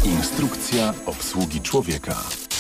Instrukcja obsługi człowieka.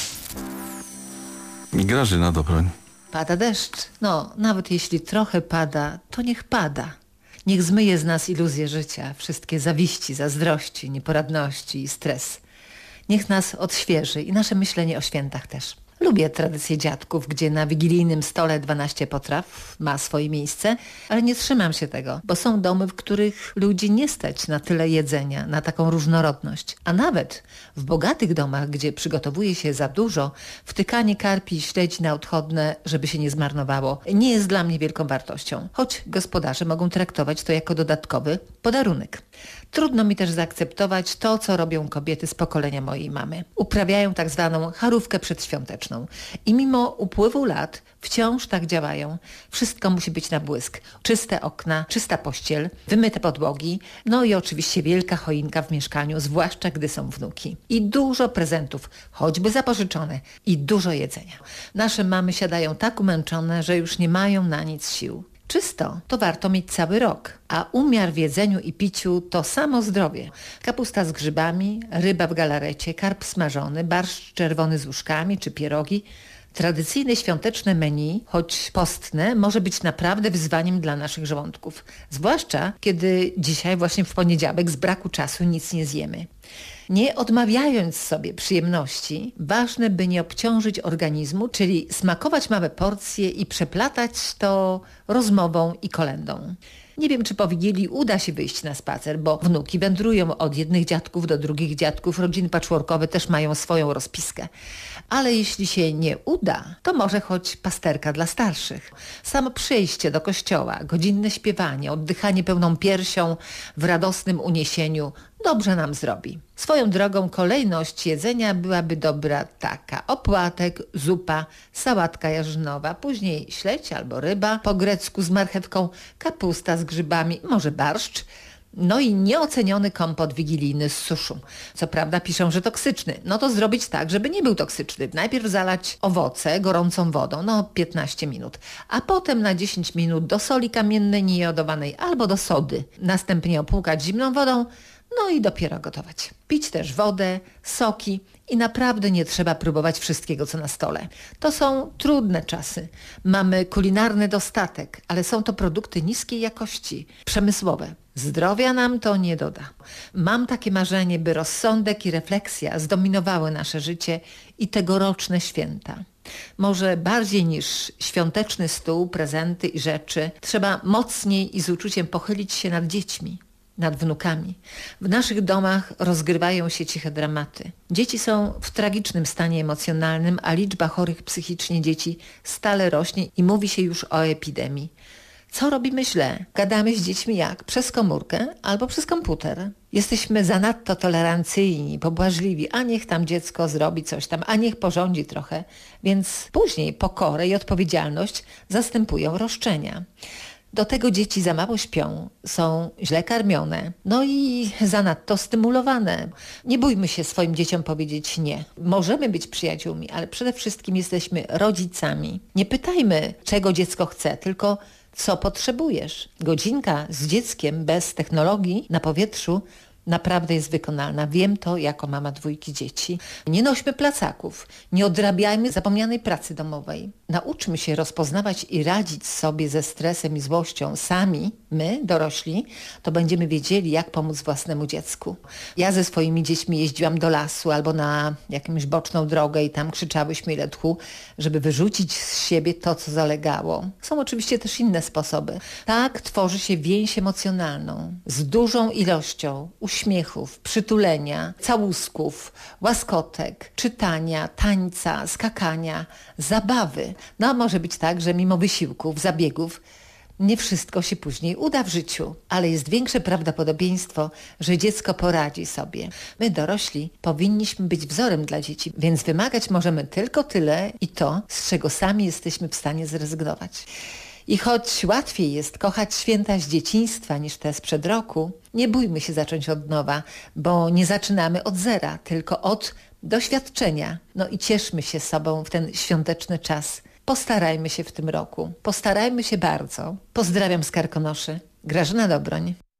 Grażyna Dobroń. Pada deszcz. No, nawet jeśli trochę pada, to niech pada. Niech zmyje z nas iluzje życia, wszystkie zawiści, zazdrości, nieporadności i stres. Niech nas odświeży i nasze myślenie o świętach też. Lubię tradycję dziadków, gdzie na wigilijnym stole 12 potraw ma swoje miejsce, ale nie trzymam się tego, bo są domy, w których ludzi nie stać na tyle jedzenia, na taką różnorodność. A nawet w bogatych domach, gdzie przygotowuje się za dużo, wtykanie karpi i śledzi na odchodne, żeby się nie zmarnowało, nie jest dla mnie wielką wartością. Choć gospodarze mogą traktować to jako dodatkowy podarunek. Trudno mi też zaakceptować to, co robią kobiety z pokolenia mojej mamy. Uprawiają tak zwaną charówkę przedświąteczną. I mimo upływu lat wciąż tak działają. Wszystko musi być na błysk. Czyste okna, czysta pościel, wymyte podłogi, no i oczywiście wielka choinka w mieszkaniu, zwłaszcza gdy są wnuki. I dużo prezentów, choćby zapożyczone, i dużo jedzenia. Nasze mamy siadają tak umęczone, że już nie mają na nic sił. Czysto to warto mieć cały rok, a umiar w jedzeniu i piciu to samo zdrowie. Kapusta z grzybami, ryba w galarecie, karp smażony, barszcz czerwony z łóżkami czy pierogi. Tradycyjne świąteczne menu, choć postne, może być naprawdę wyzwaniem dla naszych żołądków. Zwłaszcza, kiedy dzisiaj właśnie w poniedziałek z braku czasu nic nie zjemy. Nie odmawiając sobie przyjemności, ważne by nie obciążyć organizmu, czyli smakować małe porcje i przeplatać to rozmową i kolędą. Nie wiem, czy po Wigilii uda się wyjść na spacer, bo wnuki wędrują od jednych dziadków do drugich dziadków, rodziny patchworkowe też mają swoją rozpiskę. Ale jeśli się nie uda, to może choć pasterka dla starszych. Samo przyjście do kościoła, godzinne śpiewanie, oddychanie pełną piersią w radosnym uniesieniu dobrze nam zrobi. Swoją drogą kolejność jedzenia byłaby dobra taka: opłatek, zupa, sałatka jarzynowa, później śledź albo ryba, po grecku z marchewką, kapusta z grzybami, może barszcz, no i nieoceniony kompot wigilijny z suszu. Co prawda piszą, że toksyczny. No to zrobić tak, żeby nie był toksyczny. Najpierw zalać owoce gorącą wodą, 15 minut, a potem na 10 minut do soli kamiennej niejodowanej albo do sody. Następnie opłukać zimną wodą, no i dopiero gotować. Pić też wodę, soki i naprawdę nie trzeba próbować wszystkiego, co na stole. To są trudne czasy. Mamy kulinarny dostatek, ale są to produkty niskiej jakości, przemysłowe. Zdrowia nam to nie doda. Mam takie marzenie, by rozsądek i refleksja zdominowały nasze życie i tegoroczne święta. Może bardziej niż świąteczny stół, prezenty i rzeczy, trzeba mocniej i z uczuciem pochylić się nad dziećmi, nad wnukami. W naszych domach rozgrywają się ciche dramaty. Dzieci są w tragicznym stanie emocjonalnym, a liczba chorych psychicznie dzieci stale rośnie i mówi się już o epidemii. Co robimy źle? Gadamy z dziećmi jak? Przez komórkę albo przez komputer. Jesteśmy zanadto tolerancyjni, pobłażliwi, a niech tam dziecko zrobi coś tam, a niech porządzi trochę. Więc później pokorę i odpowiedzialność zastępują roszczenia. Do tego dzieci za mało śpią, są źle karmione, no i zanadto stymulowane. Nie bójmy się swoim dzieciom powiedzieć nie. Możemy być przyjaciółmi, ale przede wszystkim jesteśmy rodzicami. Nie pytajmy, czego dziecko chce, tylko co potrzebujesz. Godzinka z dzieckiem bez technologii na powietrzu naprawdę jest wykonalna. Wiem to jako mama 2 dzieci. Nie nośmy placaków, nie odrabiajmy zapomnianej pracy domowej. Nauczmy się rozpoznawać i radzić sobie ze stresem i złością sami, my, dorośli, to będziemy wiedzieli, jak pomóc własnemu dziecku. Ja ze swoimi dziećmi jeździłam do lasu albo na jakąś boczną drogę i tam krzyczałyśmy ile tchu, żeby wyrzucić z siebie to, co zalegało. Są oczywiście też inne sposoby. Tak tworzy się więź emocjonalną z dużą ilością uśmiechów, przytulenia, całusków, łaskotek, czytania, tańca, skakania, zabawy. No a może być tak, że mimo wysiłków, zabiegów nie wszystko się później uda w życiu, ale jest większe prawdopodobieństwo, że dziecko poradzi sobie. My dorośli powinniśmy być wzorem dla dzieci, więc wymagać możemy tylko tyle i to, z czego sami jesteśmy w stanie zrezygnować. I choć łatwiej jest kochać święta z dzieciństwa niż te sprzed roku, nie bójmy się zacząć od nowa, bo nie zaczynamy od zera, tylko od doświadczenia. No i cieszmy się sobą w ten świąteczny czas. Postarajmy się w tym roku. Postarajmy się bardzo. Pozdrawiam z Karkonoszy. Grażyna Dobroń.